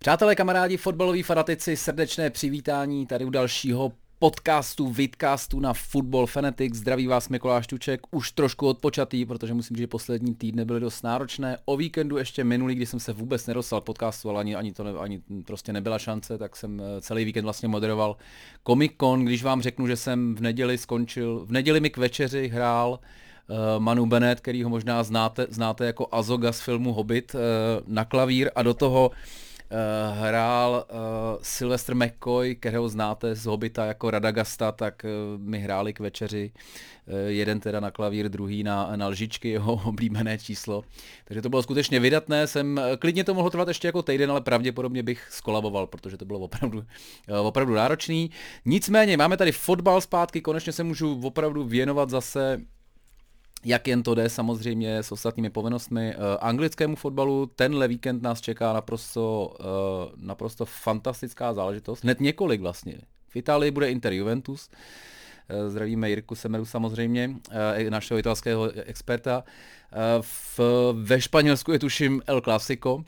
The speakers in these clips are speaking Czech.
Přátelé, kamarádi, fotbaloví fanatici, srdečné přivítání tady u dalšího podcastu, vidcastu na Football Fanatics. Zdraví vás Mikuláš Tuček, už trošku odpočatý, protože musím říct, že poslední týdny byly dost náročné. O víkendu ještě minulý, kdy jsem se vůbec nedostal podcastu, ale ani prostě nebyla šance, tak jsem celý víkend vlastně moderoval Comic Con. Když vám řeknu, že jsem v neděli mi k večeři hrál Manu Bennett, který ho možná znáte jako Azoga z filmu Hobbit, na klavír, a do toho hrál Sylvester McCoy, kterého znáte z Hobbita jako Radagasta, tak mi hráli k večeři, jeden teda na klavír, druhý na lžičky, jeho oblíbené číslo. Takže to bylo skutečně vydatné, klidně to mohlo trvat ještě jako týden, ale pravděpodobně bych skolaboval, protože to bylo opravdu náročný. Nicméně máme tady fotbal zpátky, konečně se můžu opravdu věnovat zase, jak jen to jde, samozřejmě s ostatními povinnostmi, anglickému fotbalu. Tenhle víkend nás čeká naprosto fantastická záležitost. Hned několik vlastně. V Itálii bude Inter Juventus. Zdravíme Jirku Semeru samozřejmě, našeho italského experta. Ve Španělsku je tuším El Clásico.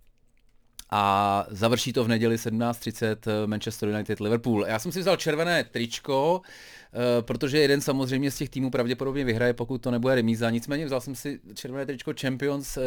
A završí to v neděli 17:30 Manchester United Liverpool. Já jsem si vzal červené tričko, protože jeden samozřejmě z těch týmů pravděpodobně vyhraje, pokud to nebude remíza. Nicméně vzal jsem si červené tričko Champions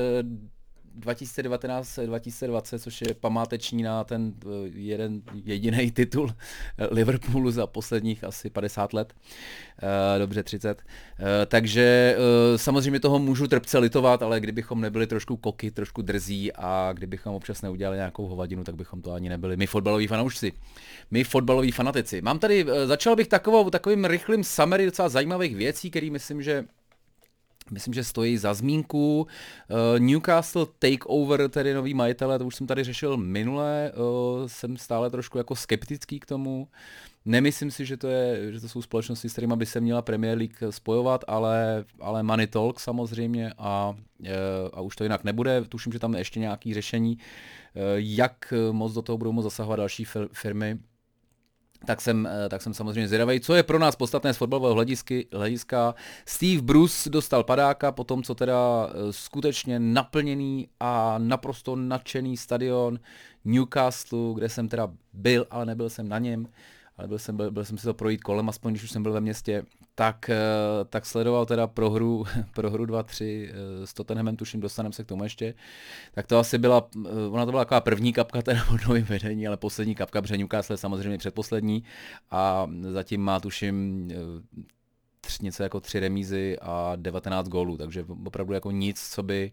2019-2020, což je památeční na ten jeden jediný titul Liverpoolu za posledních asi 50 let, dobře 30. Takže samozřejmě toho můžu trpce litovat, ale kdybychom nebyli trošku koky, trošku drzí a kdybychom občas neudělali nějakou hovadinu, tak bychom to ani nebyli my fotbaloví fanoušci, my fotbaloví fanatici. Začal bych takovým rychlým summary docela zajímavých věcí, který myslím, že stojí za zmínku. Newcastle Takeover, tedy nový majitele, to už jsem tady řešil minule, jsem stále trošku jako skeptický k tomu. Nemyslím si, že to jsou společnosti, s kterými by se měla Premier League spojovat, ale money talk samozřejmě a už to jinak nebude. Tuším, že tam je ještě nějaké řešení, jak moc do toho budou moct zasahovat další firmy. Tak jsem samozřejmě zvědavý, co je pro nás podstatné z fotbalového hlediska. Steve Bruce dostal padáka po tom, co teda skutečně naplněný a naprosto nadšený stadion Newcastle, kde jsem teda byl, ale nebyl jsem na něm, ale byl jsem si to projít kolem, aspoň když už jsem byl ve městě, tak sledoval teda prohru 2-3 s Tottenhamem, tuším, dostaneme se k tomu ještě. Tak to asi byla taková první kapka teda od novým vedení, ale poslední kapka, protože Newcastle je samozřejmě předposlední a zatím má tuším něco jako 3 remízy a 19 gólů, takže opravdu jako nic,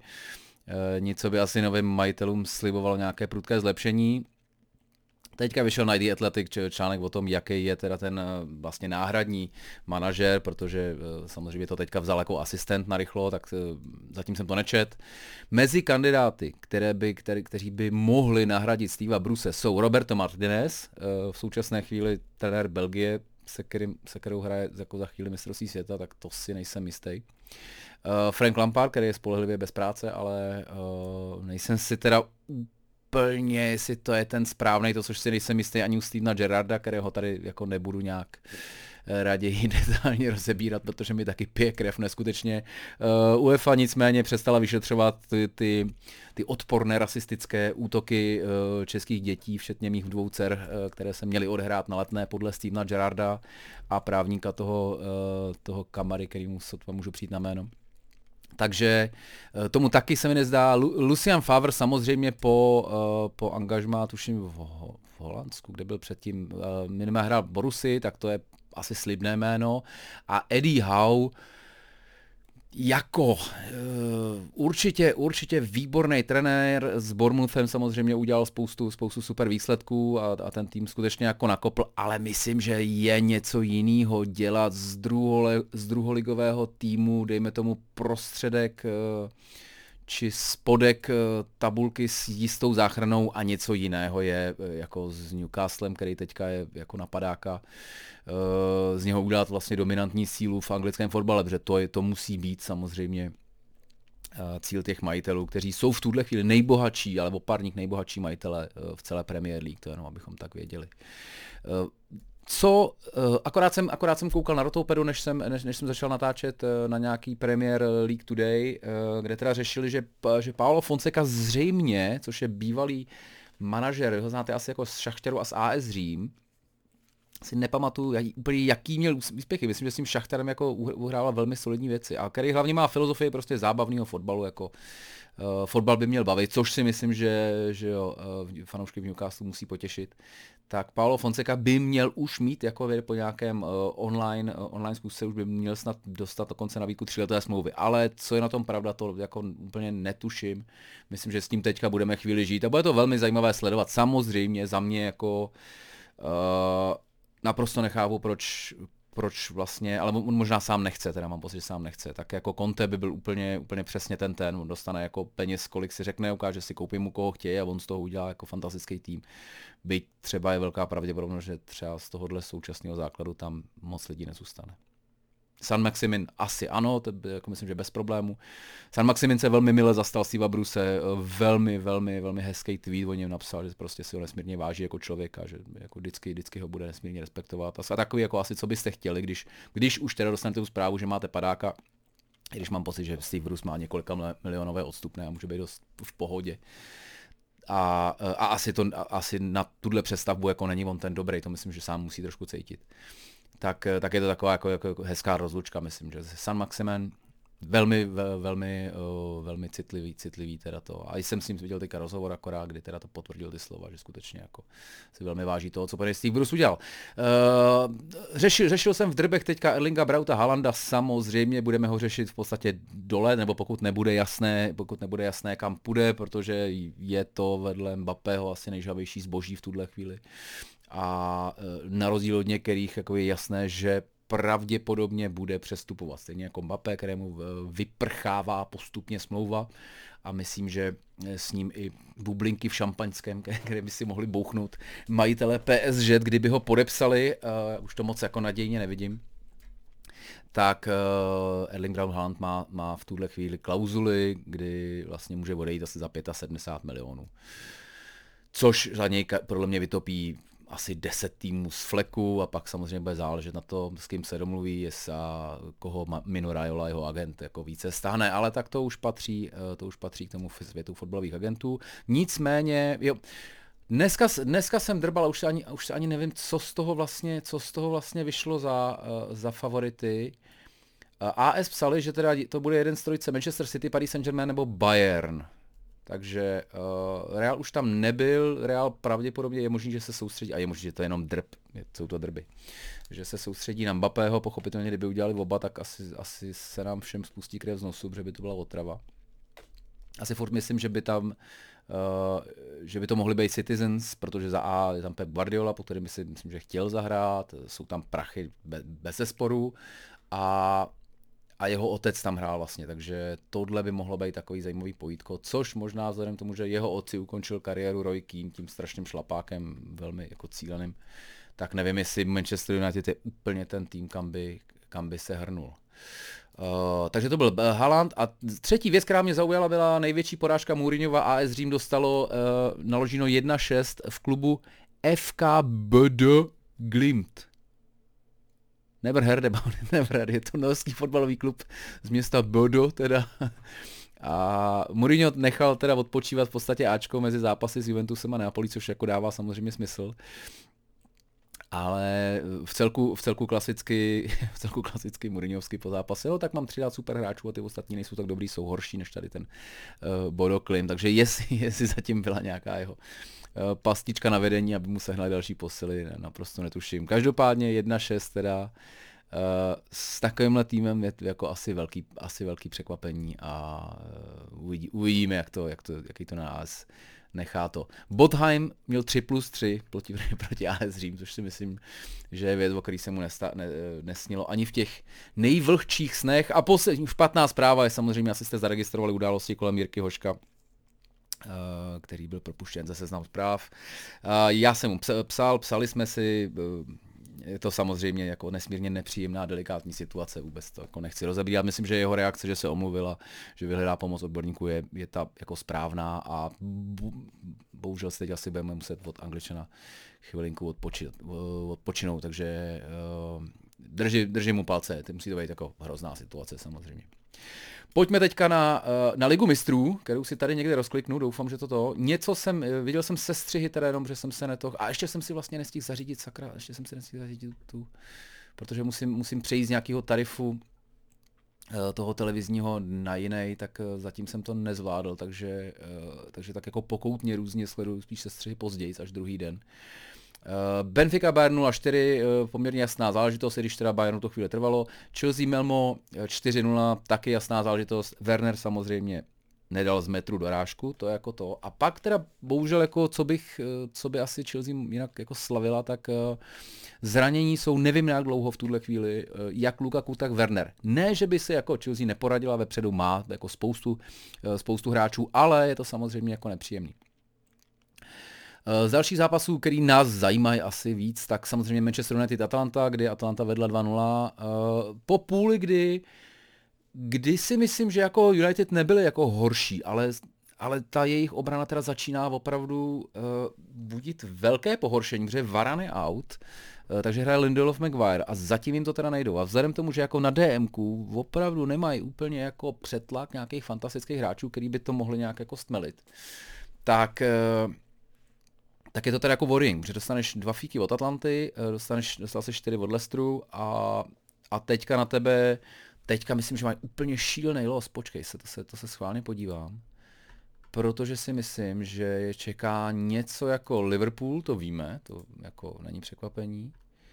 co by asi novým majitelům slibovalo nějaké prudké zlepšení. Teďka vyšel na The Athletic článek o tom, jaký je teda ten vlastně náhradní manažer, protože samozřejmě to teďka vzal jako asistent narychlo, tak zatím jsem to nečet. Mezi kandidáty, kteří by mohli nahradit Steva Bruce, jsou Roberto Martinez, v současné chvíli trenér Belgie, se kterou hraje jako za chvíli mistrovství světa, tak to si nejsem jistý. Frank Lampard, který je spolehlivě bez práce, ale nejsem si teda úplně, jestli to je ten správný, to což si nejsem jistý ani u Stevena Gerrarda, kterého tady jako nebudu nějak raději detailně rozebírat, protože mi taky pije krev neskutečně. UEFA nicméně přestala vyšetřovat ty odporné rasistické útoky českých dětí, včetně mých 2 dcer, které se měly odehrát na Letné podle Stevena Gerrarda a právníka toho Kamary, kterýmu sotva můžu přijít na jméno. Takže tomu taky se mi nezdá. Lucien Favre samozřejmě po angažmá, tuším v Holandsku, kde byl předtím, minimálně hrál Borussii, tak to je asi slibné jméno. A Eddie Howe jako určitě výborný trenér, s Bournemouthem samozřejmě udělal spoustu super výsledků a ten tým skutečně jako nakopl, ale myslím, že je něco jiného dělat z druholigového týmu, dejme tomu prostředek či spodek tabulky s jistou záchranou a něco jiného je jako s Newcastlem, který teďka je jako napadáka, z něho udělat vlastně dominantní sílu v anglickém fotbale, protože to musí být samozřejmě cíl těch majitelů, kteří jsou v tuhle chvíli nejbohatší, ale o párník nejbohatší majitele v celé Premier League, to jenom abychom tak věděli. Akorát jsem koukal na Rotopedu, než jsem začal natáčet na nějaký Premier League Today, kde teda řešili, že Paulo Fonseca zřejmě, což je bývalý manažer, ho znáte asi jako z Šachtaru a z AS Řím, si nepamatuju úplně jaký měl úspěchy, myslím, že s tím Šachtarem jako uhrával velmi solidní věci a který hlavně má filozofii prostě zábavného fotbalu, jako fotbal by měl bavit, což si myslím, že jo, fanoušky v Newcastle musí potěšit. Tak Paulo Fonseca by měl už mít jako po nějakém online zkusce už by měl snad dostat dokonce nabídku 3leté smlouvy. Ale co je na tom pravda, to jako úplně netuším. Myslím, že s tím teďka budeme chvíli žít a bude to velmi zajímavé sledovat. Samozřejmě za mě jako naprosto nechápu, proč vlastně, ale on možná sám nechce, teda mám pocit, že sám nechce. Tak jako Conte by byl úplně přesně ten, on dostane jako peněz, kolik si řekne, ukáže si, koupí mu koho chtějí a on z toho udělá jako fantastický tým. Byť třeba je velká pravděpodobnost, že třeba z tohohle současného základu tam moc lidí nezůstane. San Maximin asi ano, to by, jako myslím, že bez problému. San Maximin se velmi mile zastal Steva Bruce, velmi hezký tweet o něm napsal, že prostě si ho nesmírně váží jako člověka, že jako vždycky ho bude nesmírně respektovat. A takový jako asi, co byste chtěli, když už teda dostanete tu zprávu, že máte padáka, i když mám pocit, že Steve Bruce má několika milionové odstupné a může být dost v pohodě. A asi na tuhle přestavbu jako není on ten dobrý, to myslím, že sám musí trošku cítit. Tak je to taková jako hezká rozlučka, myslím, že San Maximin velmi citlivý teda to. A jsem s ním viděl teďka rozhovor akorát, kdy teda to potvrdil ty slova, že skutečně jako si velmi váží toho, co Steve Bruce udělal. Řešil jsem v drbech teďka Erlinga Brauta Haalanda, samozřejmě budeme ho řešit v podstatě dole, nebo pokud nebude jasné, kam půjde, protože je to vedle Mbappého asi nejžavější zboží v tuhle chvíli. A na rozdíl od některých jako je jasné, že pravděpodobně bude přestupovat. Stejně jako Mbappé, kterému vyprchává postupně smlouva a myslím, že s ním i bublinky v šampaňském, které by si mohli bouchnout majitelé PSG, kdyby ho podepsali, už to moc jako nadějně nevidím, tak Erling Braut Haaland má v tuhle chvíli klauzuli, kdy vlastně může odejít asi za 75 milionů. Což za něj podle mě vytopí asi 10 týmů z fleku a pak samozřejmě bude záležet na to, s kým se domluví, a koho Mino Raiola, jeho agent, jako více stáhne, ale tak to už patří k tomu světu fotbalových agentů. Nicméně, jo, dneska jsem drbal a už ani nevím, co z toho vlastně vyšlo za favority. AS psali, že teda to bude jeden z trojice Manchester City, Paris Saint-Germain nebo Bayern. Takže Real už tam nebyl, Real pravděpodobně je možný, že se soustředí, a je možný, že to je jenom drb, jsou to drby, že se soustředí na Mbappého, pochopitelně, kdyby udělali oba, tak asi se nám všem spustí krev z nosu, protože by to byla otrava. Asi furt myslím, že by to mohli být Citizens, protože za A je tam Pep Guardiola, po kterém by si myslím, že chtěl zahrát, jsou tam prachy bez zesporu a jeho otec tam hrál vlastně, takže tohle by mohlo být takový zajímavý pojítko, což možná vzhledem k tomu, že jeho otci ukončil kariéru Roy Keane tím strašným šlapákem, velmi jako cíleným, tak nevím, jestli Manchester United je úplně ten tým, kam by se hrnul. Takže to byl Haaland a třetí věc, která mě zaujala, byla největší porážka Mourinhova. AS Řím dostalo naloženo 1-6 v klubu FK Bodo Glimt. Never heard, je to norský fotbalový klub z města Bodo teda. A Mourinho nechal teda odpočívat v podstatě Ačko mezi zápasy s Juventusem a Neapolí, což jako dává samozřejmě smysl. Ale v celku klasicky Mourinhovský po zápase, tak mám 13 super hráčů a ty ostatní nejsou tak dobrý, jsou horší než tady ten Bodo Glimt, takže jestli zatím byla nějaká jeho pastička na vedení, aby mu sehnali další posily, naprosto netuším. Každopádně 1-6 teda s takovýmhle týmem je jako asi velký překvapení a uvidíme, jaký to nás nechá to. Botheim měl 3+3 proti AS Řím, což si myslím, že je věc, o který se mu nesnilo ani v těch nejvlhčích snech. A špatná zpráva je samozřejmě, asi jste zaregistrovali události kolem Jirky Hoška, který byl propuštěn ze Seznam Zpráv. Já jsem mu psali jsme si, je to samozřejmě jako nesmírně nepříjemná, delikátní situace, vůbec to jako nechci rozebírat. Myslím, že jeho reakce, že se omluvila, že vyhledá pomoc odborníků, je ta jako správná a bohužel se teď asi budeme muset od Angličana chvilinku odpočinout, takže držím mu palce, to musí to být jako hrozná situace samozřejmě. Pojďme teďka na Ligu mistrů, kterou si tady někde rozkliknu, doufám, že něco viděl jsem sestřihy teda jenom, že jsem se netohl, a ještě jsem si vlastně nestihl zařídit, sakra, protože musím přejít z nějakého tarifu toho televizního na jiný, tak zatím jsem to nezvládl, takže tak jako pokoutně různě sleduju spíš sestřihy později, až druhý den. Benfica Bayern 0-4, poměrně jasná záležitost, i když teda Bayernu to chvíli trvalo. Chelsea Malmo 4-0, taky jasná záležitost. Werner samozřejmě nedal z metru dorážku, to je jako to. A pak teda bohužel jako co by asi Chelsea jinak jako slavila, tak zranění jsou nevím jak dlouho v tuhle chvíli, jak Lukaku, tak Werner. Ne, že by se jako Chelsea neporadila, vepředu má jako spoustu hráčů, ale je to samozřejmě jako nepříjemný. Z dalších zápasů, který nás zajímají asi víc, tak samozřejmě Manchester United Atalanta, kdy Atalanta vedla 2-0. Po půli, kdy si myslím, že jako United nebyli jako horší, ale ta jejich obrana teda začíná opravdu budit velké pohoršení, protože Varane je out, takže hraje Lindelof Maguire a zatím jim to teda nejdou. A vzhledem tomu, že jako na DMku opravdu nemají úplně jako přetlak nějakých fantastických hráčů, který by to mohli nějak jako stmelit, tak je to teda jako worrying, že dostaneš 2 fíky od Atlanty, dostal se 4 od Leicesteru a teďka na tebe, myslím, že mají úplně šílený los, počkej to se schválně podívám, protože si myslím, že je čeká něco jako Liverpool, to víme, to jako není překvapení.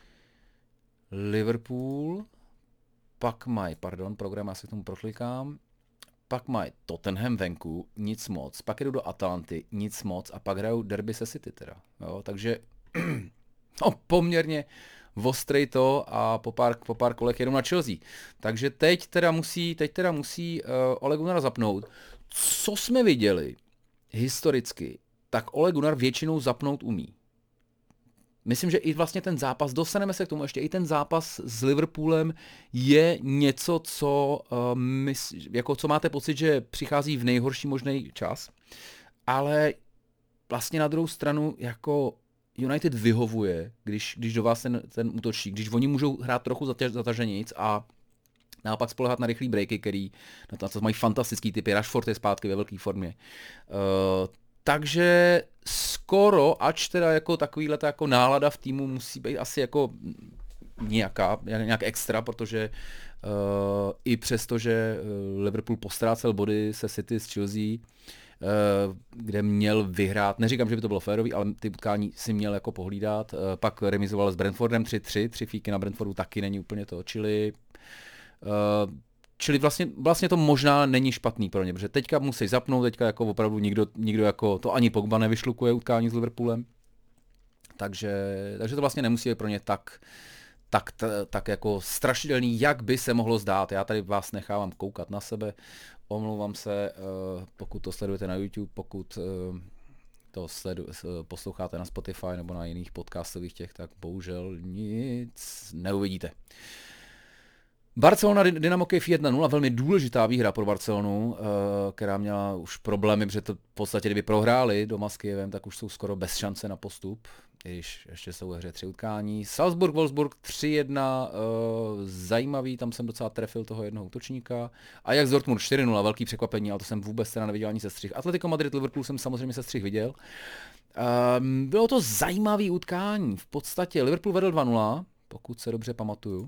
Liverpool, pak mají, program, já si k tomu proklikám, pak mají Tottenham venku, nic moc, pak jdu do Atalanty, nic moc a pak hrajou derby se City teda. Jo, takže poměrně ostrej to a po pár kolech jedou na Chelsea. Takže teď teda musí Ole Gunnar zapnout. Co jsme viděli historicky, tak Ole Gunnar většinou zapnout umí. Myslím, že i vlastně ten zápas, dostaneme se k tomu ještě, i ten zápas s Liverpoolem je něco, co máte pocit, že přichází v nejhorší možný čas, ale vlastně na druhou stranu jako United vyhovuje, když do vás ten útočí, když oni můžou hrát trochu zataženějc a naopak spolehat na rychlý breaky, který na to mají fantastický typy, Rashford je zpátky ve velké formě. Takže skoro, ač teda jako takovýhle jako nálada v týmu musí být asi jako nějak extra, protože i přesto, že Liverpool postrácel body se City s Chelsea, kde měl vyhrát, neříkám, že by to bylo férový, ale ty utkání si měl jako pohlídat, pak remizoval s Brentfordem 3-3, 3 fíky na Brentfordu taky není úplně to, čili vlastně to možná není špatný pro ně, protože teďka musí zapnout, teďka jako opravdu nikdo jako, to ani Pogba nevyšlukuje utkání s Liverpoolem, takže to vlastně nemusí být pro ně tak jako strašidelný, jak by se mohlo zdát. Já tady vás nechávám koukat na sebe, omlouvám se, pokud to sledujete na YouTube, pokud to posloucháte na Spotify nebo na jiných podcastových tak bohužel nic neuvidíte. Barcelona Dynamo Kyiv 1-0, velmi důležitá výhra pro Barcelonu, která měla už problémy, protože to v podstatě, kdyby prohráli doma s Kyjevem, tak už jsou skoro bez šance na postup, když ještě jsou ve hře 3 utkání. Salzburg-Wolfsburg 3-1, zajímavý, tam jsem docela trefil toho jednoho útočníka. Ajax Dortmund 4-0, velký překvapení, ale to jsem vůbec teda neviděl ani sestřih. Atletico Madrid-Liverpool jsem samozřejmě sestřih viděl. Bylo to zajímavý utkání, v podstatě Liverpool vedl 2-0, pokud se dobře pamatuju.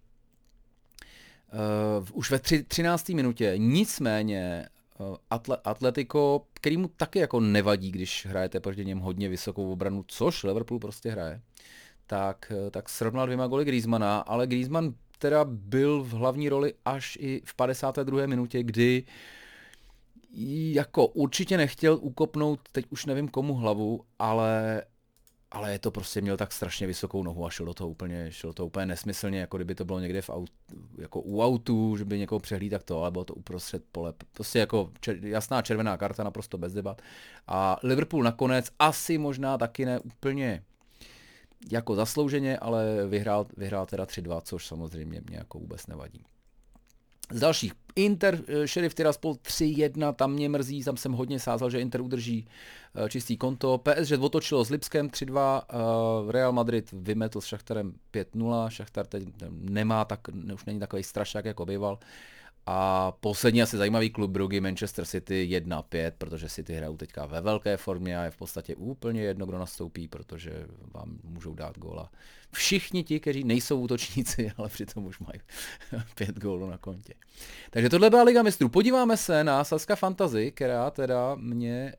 Už ve 13. minutě, nicméně Atletico, který mu taky jako nevadí, když hrajete proti něm hodně vysokou obranu, což Liverpool prostě hraje, tak srovnal 2 góly Griezmana, ale Griezmann teda byl v hlavní roli až i v 52. minutě, kdy jako určitě nechtěl ukopnout, teď už nevím komu hlavu, ale je to prostě měl tak strašně vysokou nohu a šel do toho úplně nesmyslně, jako kdyby to bylo někde jako u autu, že by někoho přehlíd, tak to, ale bylo to uprostřed pole. Prostě jako jasná červená karta, naprosto bez debat. A Liverpool nakonec asi možná taky ne úplně jako zaslouženě, ale vyhrál teda 3-2, což samozřejmě mě jako vůbec nevadí. Z dalších, Inter, Sheriff Tiraspol 3-1, tam mě mrzí, tam jsem hodně sázal, že Inter udrží čistý konto. PSG otočilo s Lipskem 3-2, Real Madrid vymetl s Šachtarem 5-0, Šachtar teď už není takový strašák, jako býval. A poslední asi zajímavý klub Bruggy Manchester City 1-5, protože City hrajou teďka ve velké formě a je v podstatě úplně jedno, kdo nastoupí, protože vám můžou dát góla. Všichni ti, kteří nejsou útočníci, ale přitom už mají 5 gólů na kontě. Takže tohle byla Liga mistrů. Podíváme se na Sazka Fantasy, která teda mě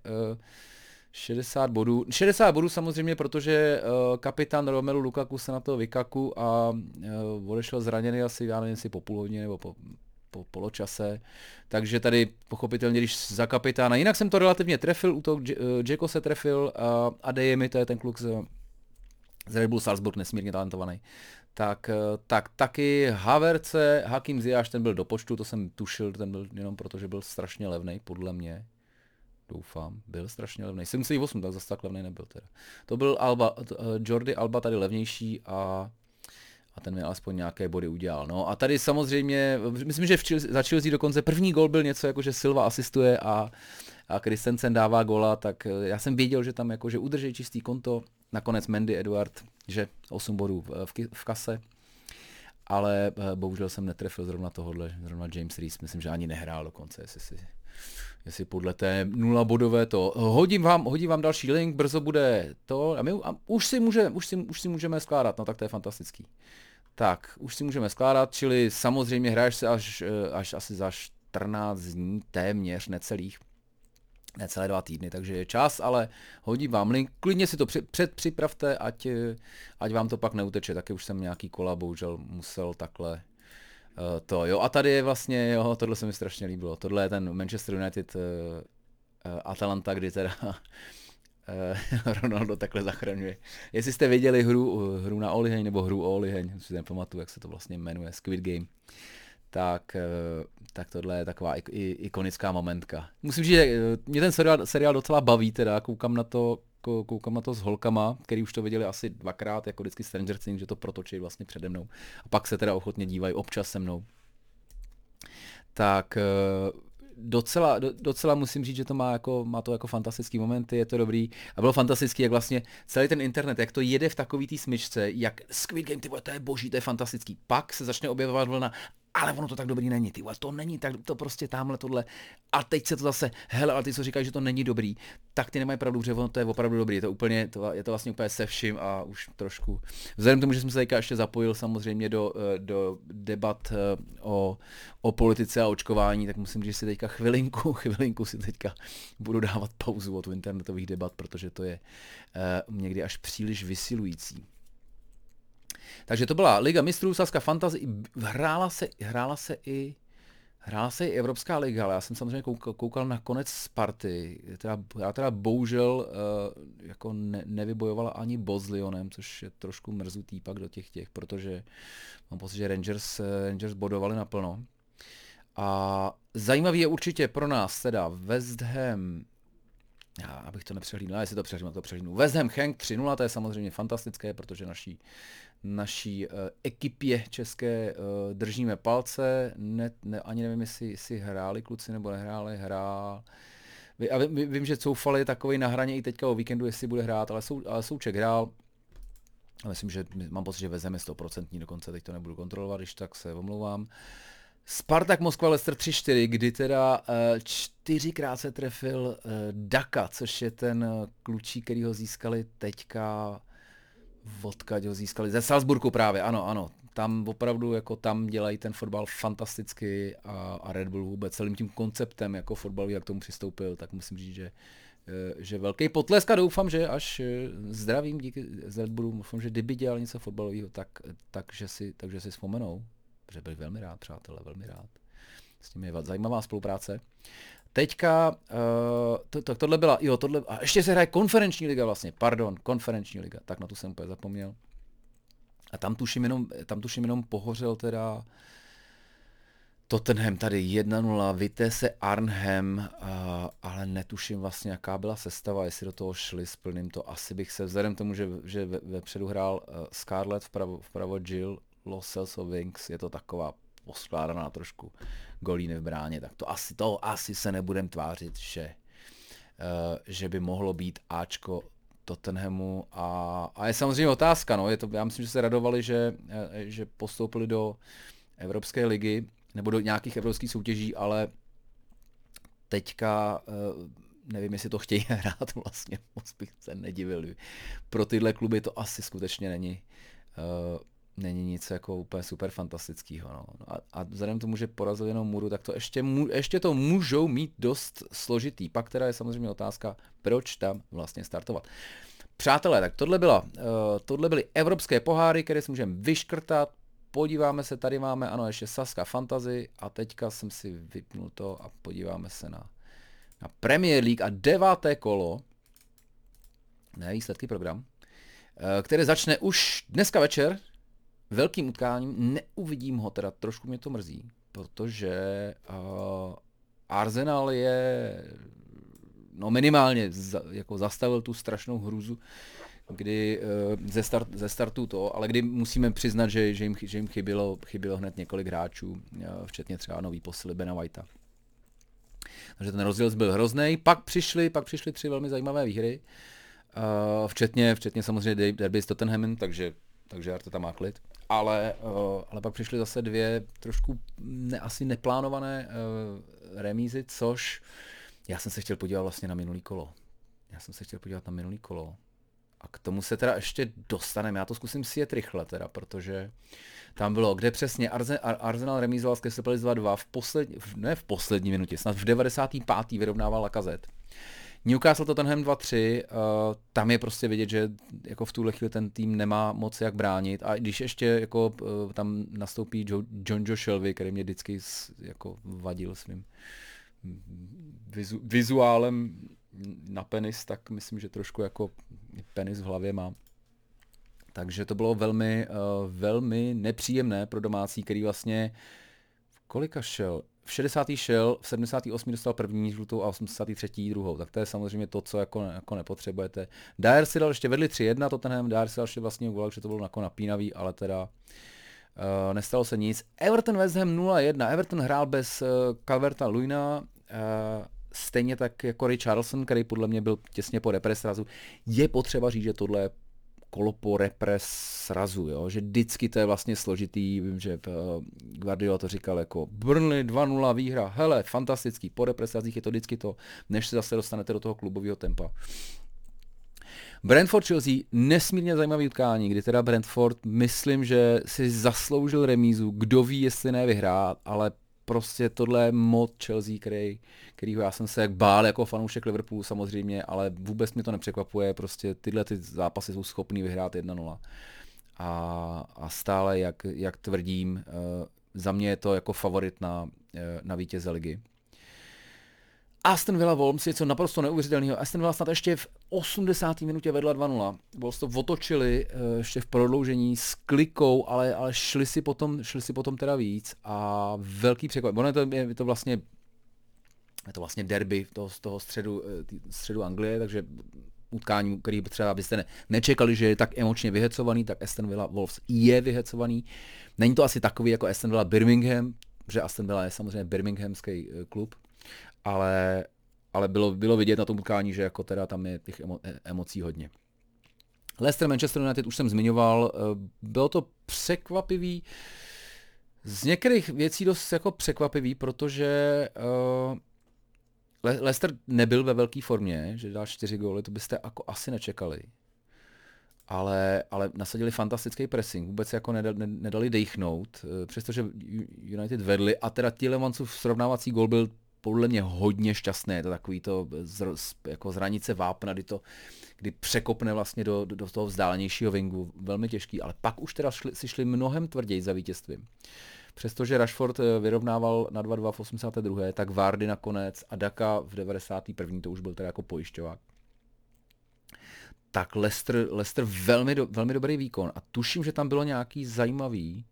60 bodů. 60 bodů samozřejmě, protože kapitán Romelu Lukaku se na to vykaku a odešel zraněný asi, já nevím, si po půl hodině nebo po poločase, takže tady pochopitelně, když za kapitána, jinak jsem to relativně trefil, u toho Džeko se trefil a Dejemi, to je ten kluk z Red Bull Salzburg, nesmírně talentovaný. Tak taky Havertze, Hakim Ziyech, ten byl do počtu, to jsem tušil, ten byl jenom proto, že byl strašně levnej, podle mě. Doufám, byl strašně levnej. 7,8, tak zase tak levnej nebyl teda. To byl Jordi Alba tady levnější a ten mi alespoň nějaké body udělal. No a tady samozřejmě, myslím, že za Chelsea dokonce první gol byl něco jako, že Silva asistuje a Christensen dává gola, tak já jsem věděl, že tam jako, že udrží čistý konto, nakonec Mendy Eduard, že 8 bodů v kase, ale bohužel jsem netrefil zrovna tohohle, zrovna James Rees, myslím, že ani nehrál dokonce, jestli podle té 0bodové to. Hodím vám další link, brzo bude to, už si můžeme skládat, no tak to je fantastický. Tak, už si můžeme skládat, čili samozřejmě hraješ se až asi za 14 dní, téměř, necelé 2 týdny, takže je čas, ale hodím vám link, klidně si to předpřipravte, ať vám to pak neuteče, taky už jsem nějaký kola bohužel musel takhle to, jo, a tady je vlastně, jo, tohle se mi strašně líbilo, tohle je ten Manchester United Atalanta, kdy teda Ronaldo takhle zachraňuje. Jestli jste viděli hru na Oliheň, nebo hru o Oliheň, si nepamatuju, jak se to vlastně jmenuje, Squid Game, tak tohle je taková ikonická momentka. Musím říct, že mě ten seriál docela baví, teda koukám na to s holkama, který už to viděli asi 2krát, jako vždycky Stranger Things, že to protočí vlastně přede mnou. A pak se teda ochotně dívají občas se mnou. Tak docela musím říct, že to má to jako fantastický momenty, je to dobrý. A bylo fantastický, jak vlastně celý ten internet, jak to jede v takový té smyčce, jak Squid Game, ty vole, to je boží, to je fantastický. Pak se začne objevovat vlna, ale ono to tak dobrý není, ty vole, to není tak, to prostě tamhle tohle. A teď se to zase, hele, ale ty co říkají, že to není dobrý, tak ty nemají pravdu, že ono to je opravdu dobrý, je to vlastně úplně se vším a už trošku. Vzhledem k tomu, že jsem se teďka ještě zapojil samozřejmě do debat o politice a očkování, tak musím říct, že si teďka chvilinku si teďka budu dávat pauzu od internetových debat, protože to je někdy až příliš vysilující. Takže to byla Liga mistrů, Sazka Fantasy, hrála se i Evropská liga, ale já jsem samozřejmě koukal na konec Sparty, já teda bohužel jako nevybojovala ani bod s Lyonem, což je trošku mrzutý pak do těch, protože mám pocit, že Rangers bodovali naplno. A zajímavý je určitě pro nás teda West Ham, abych to nepřehlídnul, jestli to přehlídnu. West Ham Genk 3-0, to je samozřejmě fantastické, protože naší ekipě české držíme palce, ani nevím, jestli hráli kluci nebo nehráli, vím, že Coufal je takovej na hraně i teďka o víkendu, jestli bude hrát, ale Souček hrál, a myslím, že mám pocit, že West Ham je 100%, dokonce teď to nebudu kontrolovat, když tak se omlouvám. Spartak Moskva Leicester 3-4, kdy teda 4krát se trefil Daka, což je ten klučík, který ho získali teďka, odkud ho získali, ze Salzburgu právě, ano, tam opravdu jako tam dělají ten fotbal fantasticky a Red Bull vůbec celým tím konceptem jako fotbalový, jak tomu přistoupil, tak musím říct, že velký potlesk a doufám, že až zdravím díky z Red Bullu, doufám, že kdyby dělal něco fotbalového, takže si vzpomenou. Že byl velmi rád, přátelé, velmi rád. S nimi je zajímavá spolupráce. Teďka, tohle byla, a ještě se hraje konferenční liga vlastně, konferenční liga, tak na tu jsem úplně zapomněl. A tam tuším jenom pohořel teda Tottenham tady 1-0, Vitesse Arnhem, ale netuším vlastně, jaká byla sestava, jestli do toho šli s plným, to asi bych se, vzhledem k tomu, že vepředu hrál Scarlett, vpravo Jill, Los Celso Wings, je to taková poskládaná trošku golíny v bráně, tak to asi se nebudem tvářit, že by mohlo být Ačko Tottenhamu a je samozřejmě otázka, no, já myslím, že se radovali, že postoupili do Evropské ligy nebo do nějakých evropských soutěží, ale teďka nevím, jestli to chtějí hrát vlastně, moc bych se nedivil. Pro tyhle kluby to asi skutečně není nic jako úplně super fantastického. No. A vzhledem k tomu, že porazil jenom Muru, tak to ještě to můžou mít dost složitý. Pak teda je samozřejmě otázka, proč tam vlastně startovat. Přátelé, tak tohle byly evropské poháry, které si můžeme vyškrtat. Podíváme se, tady máme, ano, ještě Sazka Fantasy a teďka jsem si vypnul to a podíváme se na Premier League a 9. kolo, ne, výsledky program, které začne už dneska večer velkým utkáním. Neuvidím ho, teda trošku mě to mrzí, protože Arsenal je minimálně jako zastavil tu strašnou hruzu, kdy ze startu to, ale kdy musíme přiznat, že jim chybělo hned několik hráčů, včetně třeba nový posily Bena Whitea. Takže ten rozdíl byl hrozný. Pak přišly 3 velmi zajímavé výhry, včetně samozřejmě derby s Tottenhamem, takže Arteta má klid. Ale pak přišly zase 2 trošku asi neplánované remízy, což já jsem se chtěl podívat vlastně na minulý kolo. A k tomu se teda ještě dostaneme. Já to zkusím si jet rychle teda, protože tam bylo, kde přesně Arsenal remízoval s Crystal Palace 2-2 v poslední minutě, snad v 95. vyrovnával Lacazette. Newcastle Tottenham 2-3, tam je prostě vidět, že jako v tuhle chvíli ten tým nemá moc jak bránit a když ještě jako tam nastoupí Jonjo Shelvey, který mě vždycky jako vadil svým vizuálem na penis, tak myslím, že trošku jako penis v hlavě má. Takže to bylo velmi nepříjemné pro domácí, který vlastně kolika šel? V 60. šel, v 78. dostal první žlutou a 83. druhou. Tak to je samozřejmě to, co jako nepotřebujete. Dyer si dal ještě vedli 3-1 Tottenham, Dyer si dal ještě vlastně gól, že to bylo jako napínavý, ale teda nestalo se nic. Everton West Ham 0-1. Everton hrál bez Calverta-Lewina, stejně tak jako Richarlison, který podle mě byl těsně po repres srazu. Je potřeba říct, že tohle je kolo po repres srazu, jo? Že vždycky to je vlastně složitý, vím, že Guardiola to říkal jako Burnley 2-0 výhra, hele, fantastický, po repres srazích je to vždycky to, než se zase dostanete do toho klubového tempa. Brentford Chelsea, nesmírně zajímavý utkání, kdy teda Brentford, myslím, že si zasloužil remízu, kdo ví, jestli ne vyhrát, ale prostě tohle je mod Chelsea, kterýho já jsem se jak bál jako fanoušek Liverpoolu samozřejmě, ale vůbec mě to nepřekvapuje, prostě tyhle ty zápasy jsou schopný vyhrát 1-0. A stále, jak tvrdím, za mě je to jako favorit na vítěze ligy. Aston Villa Wolves je co naprosto neuvěřitelného. Aston Villa snad ještě v 80. minutě vedla 2-0. Wolves to otočili ještě v prodloužení s klikou, ale šli si potom teda víc a velký překvapení. Je to vlastně derby z toho středu Anglie, takže utkání, který třeba byste nečekali, že je tak emočně vyhecovaný, tak Aston Villa Wolves je vyhecovaný. Není to asi takový jako Aston Villa Birmingham, protože Aston Villa je samozřejmě birminghamský klub, ale bylo vidět na tom utkání, že jako teda tam je těch emocí hodně. Leicester Manchester United už jsem zmiňoval, bylo to překvapivý, z některých věcí dost jako překvapivý, protože Leicester nebyl ve velké formě, že dal 4 góly, to byste jako asi nečekali. Ale nasadili fantastický pressing, vůbec se jako nedali dejchnout, přestože United vedli a teda Tielemans srovnávací gól byl podle mě hodně šťastné, je to takový to jako z hranice vápna, kdy překopne vlastně do toho vzdálenějšího wingu, velmi těžký, ale pak už teda šli mnohem tvrději za vítězstvím. Přestože Rashford vyrovnával na 2-2 v 82., tak Vardy nakonec a Daka v 91. to už byl teda jako pojišťovák. Tak Leicester velmi dobrý výkon a tuším, že tam bylo nějaký zajímavý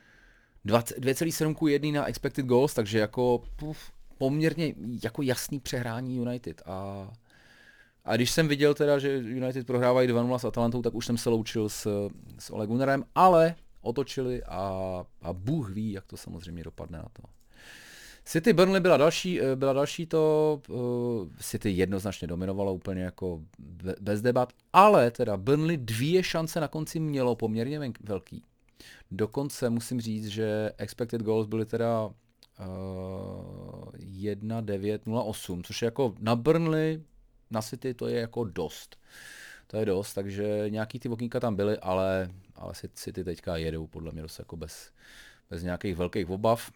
2,7:1 na expected goals, takže jako poměrně jako jasný přehrání United a když jsem viděl teda, že United prohrávají 2-0 s Atalantou, tak už jsem se loučil s Ole Gunnarem, ale otočili a Bůh ví, jak to samozřejmě dopadne na to. City Burnley byla další to, City jednoznačně dominovalo úplně jako bez debat, ale teda Burnley 2 šance na konci mělo poměrně velký. Dokonce musím říct, že expected goals byly teda 1,908, což je jako na Burnley, na City to je jako dost. To je dost, takže nějaký ty okýnka tam byly, ale City teďka jedou podle mě dost jako bez nějakých velkých obav.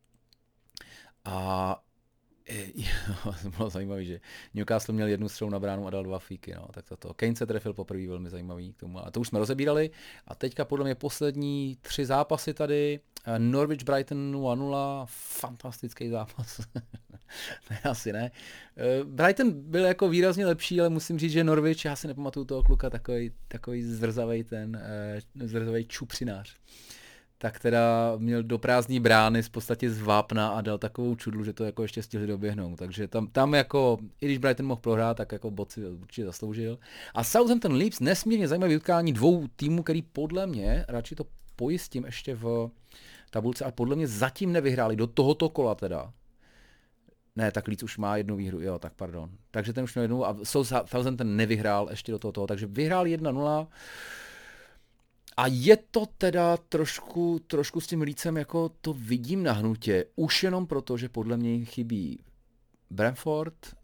A to bylo zajímavé, že Newcastle měl jednu střelu na bránu a dal 2 fíky, no, tak to. Kane se trefil poprvé, velmi zajímavý k tomu. A to už jsme rozebírali. A teďka podle mě poslední 3 zápasy tady. Norwich Brighton 0-0, fantastický zápas. Ne, asi ne. Brighton byl jako výrazně lepší, ale musím říct, že Norwich, já si nepamatuju toho kluka, takový zrzavej čupřinář. Tak teda měl do prázdný brány v podstatě z vápna a dal takovou čudlu, že to jako ještě stihli doběhnout. Takže tam jako, i když Brighton mohl prohrát, tak jako bod si určitě zasloužil. A Southampton Leeds, nesmírně zajímavý utkání 2 týmů, který podle mě, radši to pojistím ještě v tabulce, ale podle mě zatím nevyhráli do tohoto kola teda. Ne, tak Leeds už má 1 výhru, jo, tak pardon. Takže ten už měl 1 a Southampton nevyhrál ještě do toho, takže vyhrál 1-0. A je to teda trošku s tím Leedsem, jako to vidím na hnutě, už jenom proto, že podle mě chybí Brentford,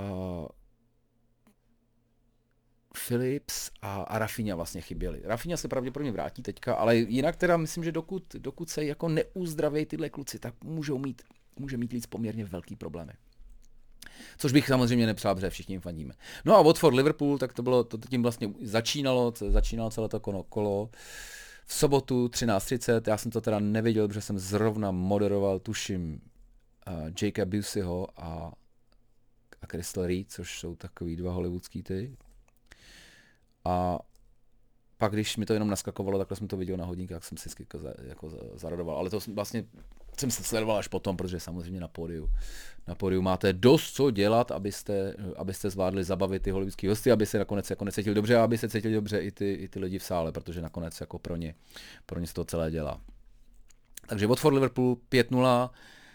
Phillips a Rafinha vlastně chyběli. Rafinha se pravděpodobně vrátí teďka, ale jinak teda myslím, že dokud se jako neuzdravějí tyhle kluci, tak může mít Leeds poměrně velký problémy. Což bych samozřejmě nepřál, protože všichni jim fandíme. No a Watford Liverpool, tak to tím vlastně začínalo celé to kolo. V sobotu 13:30, já jsem to teda nevěděl, protože jsem zrovna moderoval, tuším, Jakea Buseyho a Crystal Reed, což jsou takový 2 hollywoodský ty. A pak, když mi to jenom naskakovalo, takhle jsem to viděl na hodinky, tak jsem si jako zaradoval. Ale to vlastně jsem se sledoval až potom, protože samozřejmě na pódiu máte dost co dělat, abyste zvládli zabavit ty hollywoodský hosty, aby se nakonec jako necítili dobře a aby se cítili dobře i ty lidi v sále, protože nakonec jako pro ně se to celé dělá. Takže Watford Liverpool 5-0,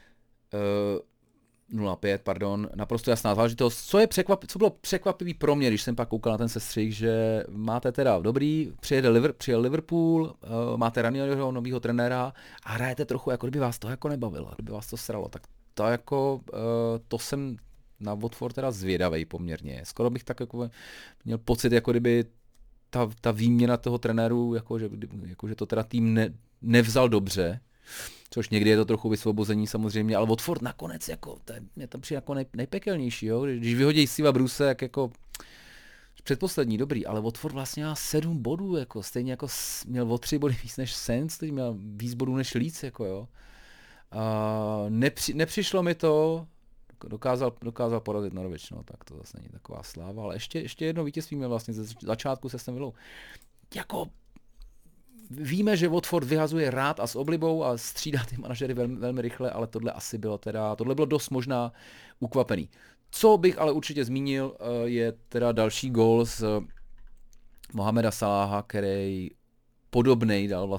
0-5, pardon, naprosto jasná záležitost. Co bylo překvapivý pro mě, když jsem pak koukal na ten sestřih, že máte teda dobrý, přijel Liverpool, máte Ranieriho, novýho trenéra a hrajete trochu, jako kdyby vás to jako nebavilo, kdyby vás to sralo, tak to jako, to jsem na Watford teda zvědavej poměrně. Skoro bych tak jako měl pocit, jako kdyby ta výměna toho trenéru, že to teda tým nevzal dobře. Což někdy je to trochu vysvobození samozřejmě, ale Watford nakonec jako, mě tam přijde jako nejpekelnější, jo? Když vyhodí Steva Bruce, jako předposlední, dobrý, ale Watford vlastně má 7 bodů, jako stejně jako měl o 3 body víc než Saints, který měl víc bodů než Leeds, jako jo. Nepřišlo mi to, dokázal porazit Norwich, no, tak to zase není taková sláva, ale ještě jedno vítězství měl vlastně ze začátku se Aston Villou. Jako víme, že Watford vyhazuje rád a s oblibou a střídá ty manažery velmi rychle, ale tohle bylo dost možná ukvapený. Co bych ale určitě zmínil, je teda další gól z Mohameda Salaha, který podobnej dal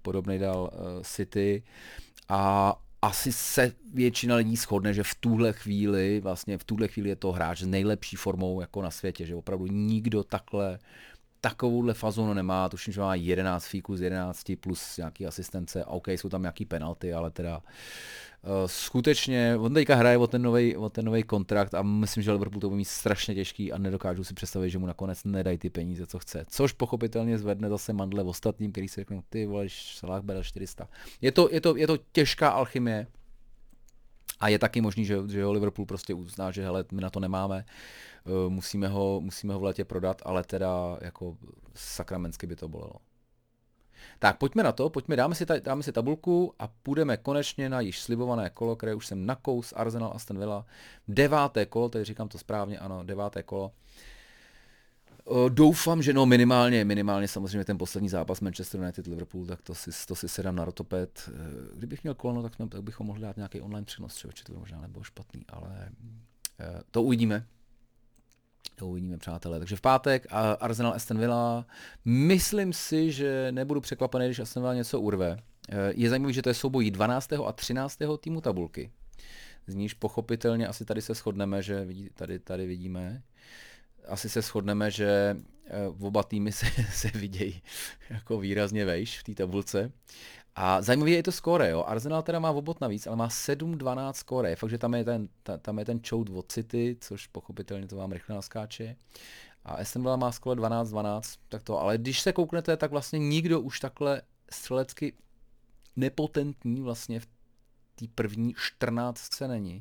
City a asi se většina lidí shodne, že v tuhle chvíli je to hráč s nejlepší formou jako na světě, že opravdu nikdo takovouhle fazonu nemá, tuším, že má 11 fíků z 11 plus nějaký asistence, OK, jsou tam nějaký penalty, ale teda skutečně, on teďka hraje o ten nový kontrakt a myslím, že Liverpool to bude mít strašně těžký a nedokážu si představit, že mu nakonec nedají ty peníze, co chce. Což pochopitelně zvedne zase mandle v ostatním, který si řeknou, ty voleš, Salah bere 400. Je to těžká alchymie a je taky možný, že ho Liverpool prostě uzná, že hele, my na to nemáme, musíme ho v létě prodat, ale teda jako sakramensky by to bolelo. Tak pojďme na to, dáme si tabulku a půjdeme konečně na již slibované kolo, které už jsem nakous, Arsenal Aston Villa, 9. kolo, teď říkám to správně, ano, 9. kolo. Doufám, že minimálně samozřejmě ten poslední zápas Manchester United Liverpool, tak to si sedám na rotoped. Kdybych měl koleno, tak bychom mohli dát nějaký online přenos, třeba to by možná nebylo špatný, ale to uvidíme. Přátelé. Takže v pátek Arsenal Aston Villa. Myslím si, že nebudu překvapený, když Aston Villa něco urve. Je zajímavé, že to je souboj 12. a 13. týmu tabulky. Z níž pochopitelně asi tady se shodneme, že tady vidíme. Asi se shodneme, že oba týmy se vidějí jako výrazně vejš v té tabulce. A zajímavé je i to skóre, jo. Arsenal teda má obod navíc, ale má 7-12 skóre. Fakt, že tam je ten chout od City, což pochopitelně to vám rychle naskáče. A Aston Villa má skóre 12-12, tak to. Ale když se kouknete, tak vlastně nikdo už takhle střelecky nepotentní vlastně v té první 14 není.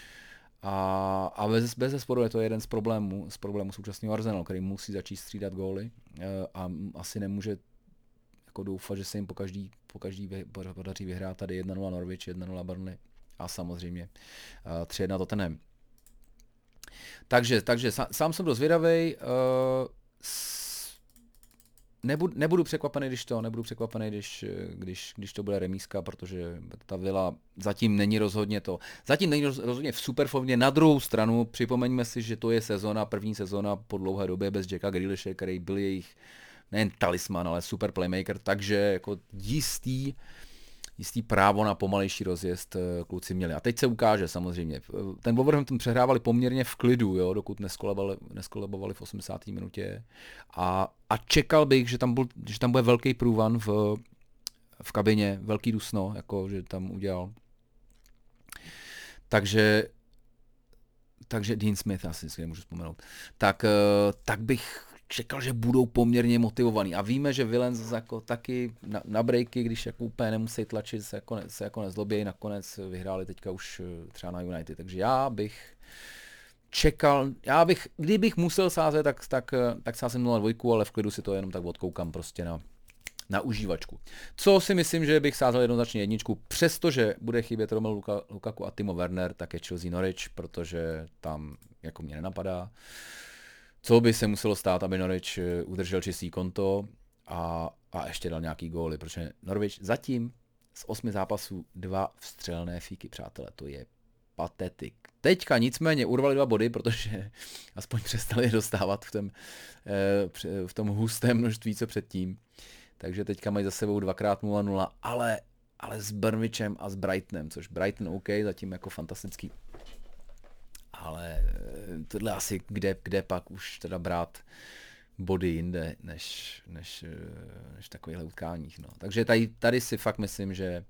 A bez zesporu je to jeden z problémů současného Arsenalu, který musí začít střídat góly a asi nemůže jako doufat, že se jim po každý podaří vyhrát tady 1-0 Norwich, 1-0 Burnley a samozřejmě 3-1 Tottenham. Takže sám jsem dost zvědavej. Nebudu překvapený, když to bude remízka, protože ta Villa zatím není rozhodně v superformě. Na druhou stranu připomeňme si, že to je první sezona po dlouhé době bez Jacka Grealishe, který byl jejich nejen talisman, ale super playmaker, takže jako jistý právo na pomalejší rozjezd kluci měli. A teď se ukáže samozřejmě. Ten Wolverhampton přehrávali poměrně v klidu, jo, dokud neskolebovali v 80. minutě. A čekal bych, že tam bude velký průvan v kabině, velký dusno, jako že tam udělal. Takže Dean Smith, asi si nemůžu vzpomenout. Tak bych čekal, že budou poměrně motivovaný. A víme, že Villens jako taky na breaky, když jako úplně nemusí tlačit, se jako nezlobějí, nakonec vyhráli teďka už třeba na United. Takže já bych čekal, kdybych musel sázet, tak sázím 0-2, ale v klidu si to jenom tak odkoukám prostě na užívačku. Co si myslím, že bych sázel jednoznačně jedničku, přestože bude chybět Romelu Lukaku a Timo Werner, tak je Chelsea Norwich, protože tam jako mě nenapadá. Co by se muselo stát, aby Norwich udržel čistý konto a ještě dal nějaký góly, protože Norwich zatím z 8 zápasů 2 vstřelné fíky, přátelé, to je patetik. Teďka nicméně urvali 2 body, protože aspoň přestali dostávat v tom hustém množství, co předtím. Takže teďka mají za sebou 2x0-0, ale s Burnwichem a s Brightonem, což Brighton OK, zatím jako fantastický. Ale tohle asi kde pak už teda brát body jinde, než takovýchhle utkáních. No. Takže tady si fakt myslím, že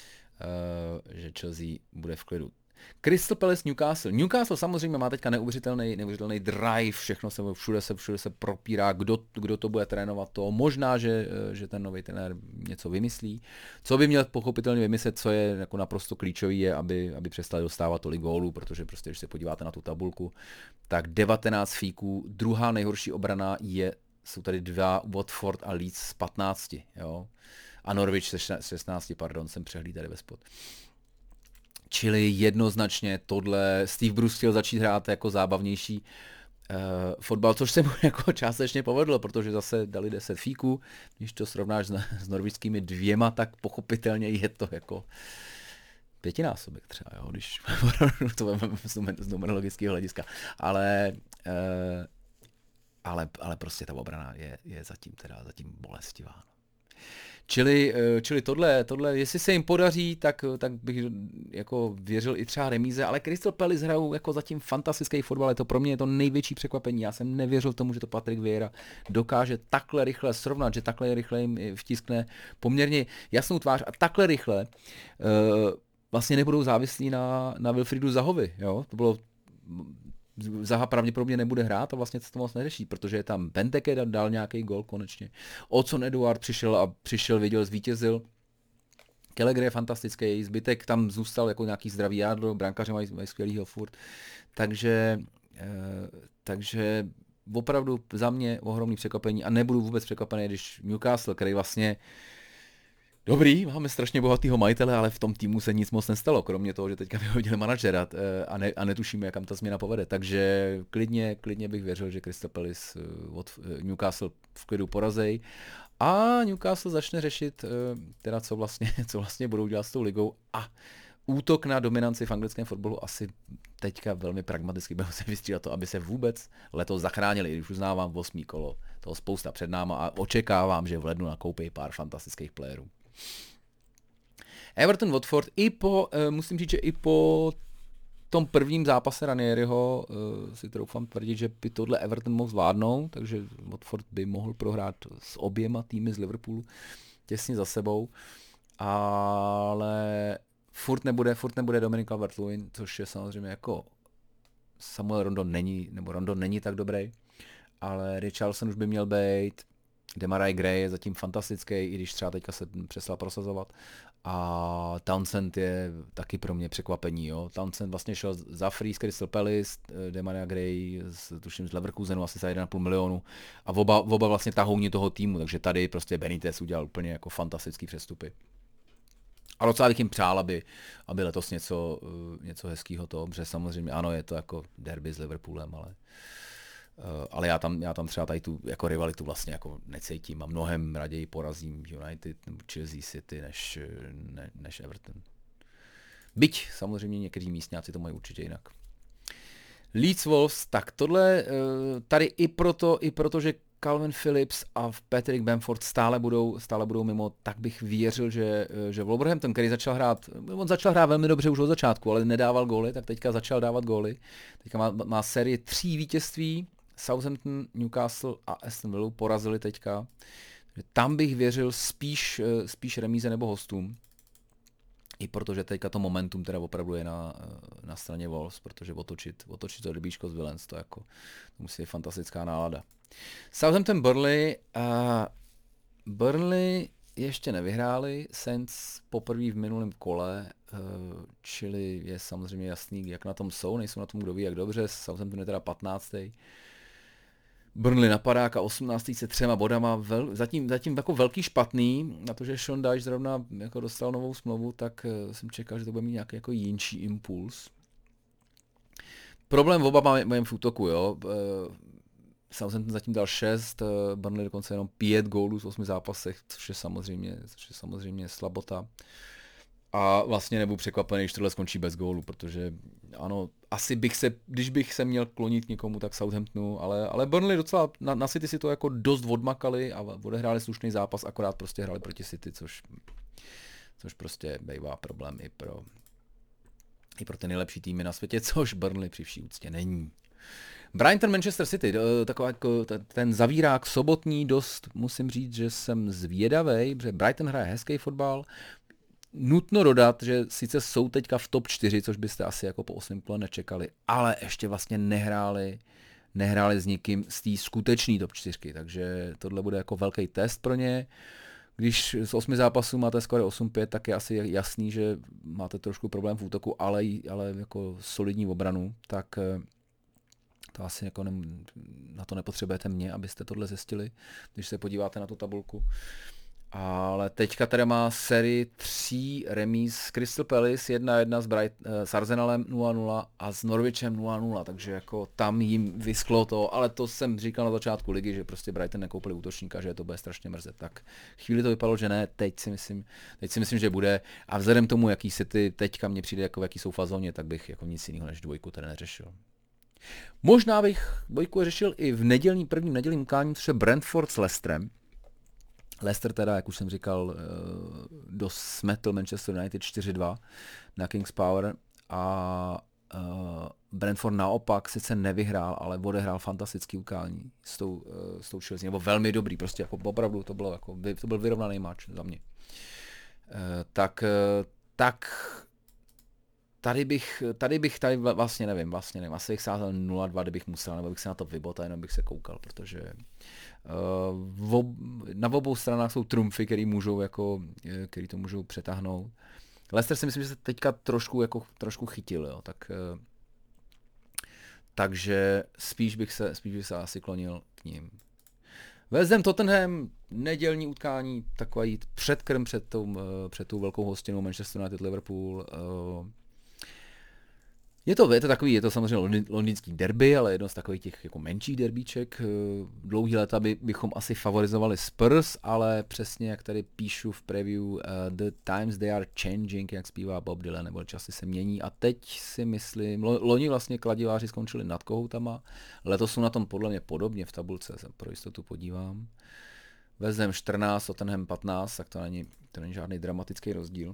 Chelsea bude v klidu. Crystal Palace Newcastle. Newcastle samozřejmě má teďka neuvěřitelný drive, všude se propírá, kdo to bude trénovat to. Možná, že ten nový trenér něco vymyslí. Co by měl pochopitelně vymyslet, co je jako naprosto klíčový, je, aby přestali dostávat tolik gólů, protože prostě, když se podíváte na tu tabulku, tak 19 fíků, druhá nejhorší obrana jsou tady 2 Watford a Leeds z 15, jo. A Norwich se 16, jsem přehlíd tady ve spod. Čili jednoznačně tohle Steve Bruce chtěl začít hrát jako zábavnější fotbal, což se mu jako částečně povedlo, protože zase dali 10 fíků. Když to srovnáš s norvičskými 2, tak pochopitelně je to jako 5násobek třeba, jo, když to vezmeme z numerologického hlediska. Ale prostě ta obrana je zatím bolestivá. Čili tohle, jestli se jim podaří, tak bych jako věřil i třeba remíze, ale Crystal Palace hrajou jako zatím fantastický fotbal, je to pro mě to největší překvapení. Já jsem nevěřil tomu, že to Patrick Vieira dokáže takhle rychle srovnat, že takhle rychle jim vtiskne poměrně jasnou tvář a takhle rychle vlastně nebudou závislí na Wilfriedu Zahovi, jo? To bylo Zaha pravděpodobně nebude hrát a vlastně to moc neřeší, protože je tam Benteke dal nějaký gol konečně. Odson Eduard přišel, viděl, zvítězil. Gallagher je fantastický, zbytek tam zůstal jako nějaký zdravý jádro, brankáře mají skvělýho furt. Takže opravdu za mě ohromný překvapení a nebudu vůbec překvapený, když Newcastle, který vlastně dobrý, máme strašně bohatýho majitele, ale v tom týmu se nic moc nestalo, kromě toho, že teďka vyhodili manažera a netušíme, jak tam ta změna povede. Takže klidně bych věřil, že Crystal Palace od Newcastle v klidu porazej a Newcastle začne řešit, teda co vlastně budou dělat s tou ligou a útok na dominanci v anglickém fotbalu asi teďka velmi pragmaticky budou se vystřídat to, aby se vůbec letos zachránili, když uznávám 8. kolo, toho spousta před náma a očekávám, že v lednu nakoupí pár fantastických playerů. Everton Watford musím říct, že i po tom prvním zápase Ranieriho si troufám tvrdit, že by tohle Everton mohl zvládnout, takže Watford by mohl prohrát s oběma týmy z Liverpoolu těsně za sebou. ale furt nebude Dominic Calvert-Lewin, což je samozřejmě jako Samuel Rondon není tak dobrý, ale Richarlison už by měl být, Demarai Gray je zatím fantastický, i když třeba teďka se přestal prosazovat. A Townsend je taky pro mě překvapení. Jo. Townsend vlastně šel za free z Crystal Palace, Demarai Gray tuším z Leverkusenu asi za 1,5 milionu a oba vlastně tahouni toho týmu, takže tady prostě Benitez udělal úplně jako fantastický přestupy. A docela bych jim přál, aby letos něco hezkýho to, protože samozřejmě ano, je to jako derby s Liverpoolem, ale já tam třeba tady tu jako rivalitu vlastně jako necítím a mnohem raději porazím United nebo Chelsea City než Everton. Byť samozřejmě někteří místňáci to mají určitě jinak. Leeds Wolves, tak tohle tady i proto, že Calvin Phillips a Patrick Bamford stále budou mimo, tak bych věřil, že Wolverhampton, který začal hrát velmi dobře už od začátku, ale nedával góly, tak teďka začal dávat góly. Teďka má sérii 3 vítězství, Southampton, Newcastle a Aston Villa porazili teďka. Tam bych věřil spíš remíze nebo hostům. I protože teďka to momentum teda opravdu je na straně Wolves, protože otočit to rybíčko z Villens, to musí být fantastická nálada. Southampton Burnley ještě nevyhráli, Saints poprvé v minulém kole, čili je samozřejmě jasný, jak na tom jsou, nejsou na tom kdo ví jak dobře, Southampton je teda 15. Burnley napadák 18. se 3 bodama, zatím jako velký špatný, na to, že Sean Dyche zrovna jako dostal novou smlouvu, tak jsem čekal, že to bude mít nějaký jako jinčí impuls. Problém oba mají v útoku, jo. Southampton zatím dal 6, Burnley dokonce jenom 5 gólů z 8 zápasech, což je samozřejmě slabota. A vlastně nebudu překvapený, když tohle skončí bez gólu, protože ano, asi když bych se měl klonit někomu, tak Southamptonu, ale Burnley docela, na City si to jako dost odmakali a odehráli slušný zápas, akorát prostě hráli proti City, což prostě bývá problém i pro ty nejlepší týmy na světě, což Burnley při vší úctě není. Brighton Manchester City, taková jako ten zavírák sobotní, dost musím říct, že jsem zvědavej, protože Brighton hraje hezký fotbal. Nutno dodat, že sice jsou teďka v top 4, což byste asi jako po 8 kole nečekali, ale ještě vlastně nehráli s nikým z té skutečné top 4, takže tohle bude jako velký test pro ně. Když z 8 zápasů máte skoro 8-5, tak je asi jasný, že máte trošku problém v útoku, ale jako solidní obranu, tak to asi jako na to nepotřebujete mě, abyste tohle zjistili, když se podíváte na tu tabulku. Ale teďka teda má sérii 3 remíz s Crystal Palace 1-1, s Arsenalem 0-0 a s Norwichem 0-0, takže jako tam jim vyschlo to, ale to jsem říkal na začátku ligy, že prostě Brighton nekoupili útočníka, že to bude strašně mrzet, tak chvíli to vypadalo, že ne, teď si myslím, že bude a vzhledem tomu, jaký City teďka mně přijde, jako v jaký jsou fazóně, tak bych jako nic jiného než dvojku tady neřešil. Možná bych dvojku řešil i v prvním nedělním utkání, což je Brentford s Leicesterem. Leicester teda, jak už jsem říkal, dost smetl Manchester United 4-2 na Kings Power a Brentford naopak sice nevyhrál, ale odehrál fantastický utkání s tou Chelsea, nebo velmi dobrý, prostě jako opravdu to byl vyrovnaný match za mě. Tak tady vlastně nevím, asi bych sázel 0-2, kdybych musel, nebo bych se na to vybotal, jenom bych se koukal, protože na obou stranách jsou trumfy, který to můžou přetáhnout. Leicester si myslím, že se teďka trošku chytil, jo, takže spíš bych se asi klonil k ním. West Ham Tottenham, nedělní utkání, takový předkrm před tou velkou hostinou Manchester United Liverpool. Je to samozřejmě londýnský derby, ale jedno z takových těch jako menších derbíček. Dlouhý léta bychom asi favorizovali Spurs, ale přesně jak tady píšu v preview, the times they are changing, jak zpívá Bob Dylan, nebo časy se mění a teď si myslím, loni vlastně kladiváři skončili nad Kohoutama, letos jsou na tom podle mě podobně v tabulce, se pro jistotu podívám. West Ham 14, Tottenham 15, tak to není žádný dramatický rozdíl.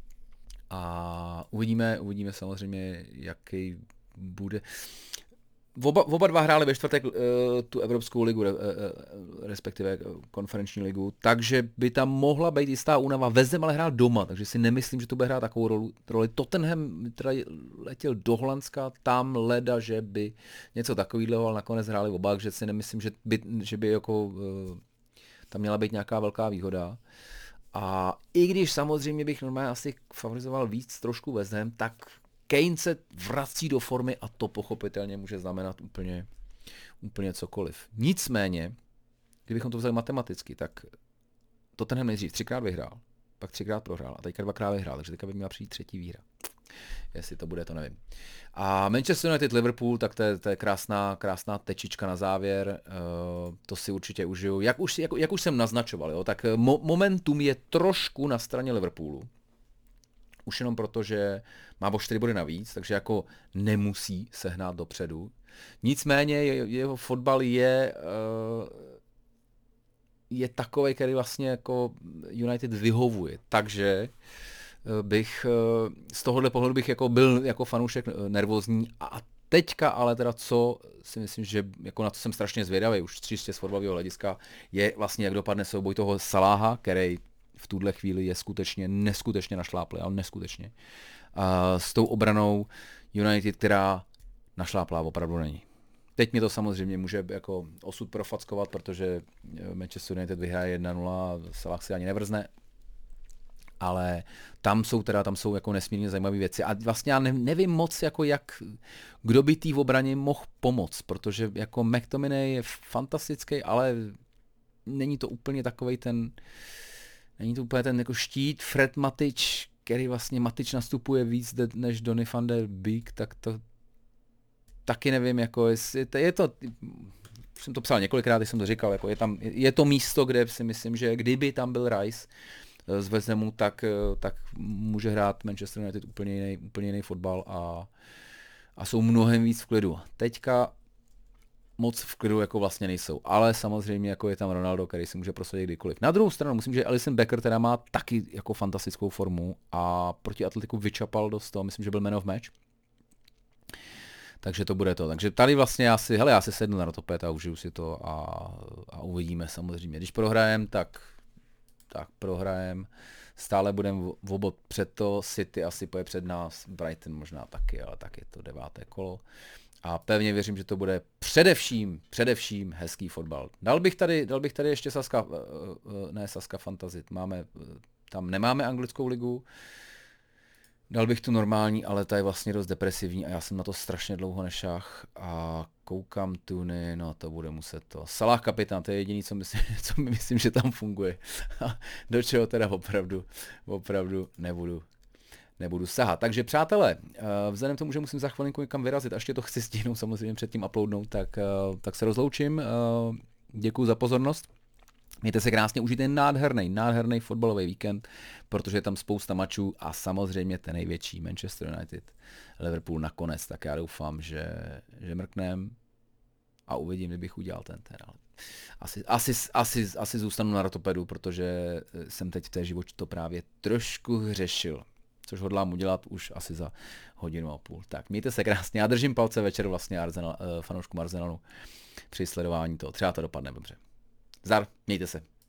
A uvidíme samozřejmě, jaký bude. Oba dva hráli ve čtvrtek tu Evropskou ligu, respektive konferenční ligu, takže by tam mohla být jistá únava. Vezem ale hrál doma, takže si nemyslím, že to bude hrát takovou roli. Tottenham teda letěl do Holandska, tam leda, že by něco takového, ale nakonec hráli oba, takže si nemyslím, že by jako, tam měla být nějaká velká výhoda. A i když samozřejmě bych normálně asi favorizoval víc trošku Vezem, tak Kane se vrací do formy a to pochopitelně může znamenat úplně cokoliv. Nicméně, kdybychom to vzali matematicky, tak Tottenham nejdřív 3krát vyhrál, pak 3krát prohrál a teďka 2krát vyhrál, takže teďka by měla přijít třetí výhra. Jestli to bude, to nevím. A Manchester United Liverpool, tak to je krásná tečička na závěr, to si určitě užiju. Jak už jsem naznačoval, jo, tak momentum je trošku na straně Liverpoolu. Už jenom proto, že má o 4 body navíc, takže jako nemusí sehnat dopředu. Nicméně jeho fotbal je takovej, který vlastně jako United vyhovuje. Takže bych z tohohle pohledu bych jako byl jako fanoušek nervózní a teďka ale teda co si myslím, že jako na to jsem strašně zvědavý, už čistě z fotbalového hlediska, je vlastně jak dopadne souboj toho Saláha, který v tuhle chvíli je skutečně neskutečně našláplý, ale neskutečně. A s tou obranou United, která našláplá opravdu není. Teď mě to samozřejmě může jako osud profackovat, protože Manchester United vyhraje 1-0 a Salah si ani nevrzne. Ale tam jsou jako nesmírně zajímavé věci. A vlastně já nevím moc, jako kdo by tý v obraně mohl pomoct, protože jako McTominay je fantastický, ale není to úplně ten jako štít. Fred Matič, který vlastně Matič nastupuje víc než Donny van de Beek, tak to taky nevím, jako je to, jsem to psal několikrát, když jsem to říkal, jako je to místo, kde si myslím, že kdyby tam byl Rice z West Hamu, tak může hrát Manchester United úplně jiný fotbal a jsou mnohem víc v klidu. Teďka moc v klidu jako vlastně nejsou, ale samozřejmě jako je tam Ronaldo, který si může prosadit kdykoliv. Na druhou stranu musím, že Alisson Becker teda má taky jako fantastickou formu a proti Atletiku vyčapal dost toho, myslím, že byl man of match. Takže to bude to. Takže tady vlastně já si sednu na to a užiju si to a uvidíme samozřejmě. Když prohrajem, tak prohrajem. Stále budeme v obod před to, City asi poje před nás, Brighton možná taky, ale tak je to 9. kolo. A pevně věřím, že to bude především hezký fotbal. Dal bych tady ještě Saska Fantasy. Tam nemáme anglickou ligu. Dal bych tu normální, ale ta je vlastně dost depresivní a já jsem na to strašně dlouho nešáhl a koukám tuny, no to bude muset to. Salah kapitán, to je jediný, co myslím, že tam funguje. Do čeho teda opravdu nebudu sahat. Takže přátelé, vzhledem k tomu, že musím za chvilinku někam vyrazit, až to chci stihnout samozřejmě předtím uploadnout, tak se rozloučím. Děkuju za pozornost. Mějte se krásně, užijte nádherný fotbalový víkend, protože je tam spousta mačů a samozřejmě ten největší Manchester United, Liverpool nakonec, tak já doufám, že mrknem a uvidím, kdybych udělal ten. Asi zůstanu na Rotopedu, protože jsem teď v té životě právě trošku hřešil, což hodlám udělat už asi za 1,5 hodiny. Tak mějte se krásně, já držím palce večer vlastně fanouškům Arsenalu při sledování toho, třeba to dopadne dobře. Zdar, mějte se.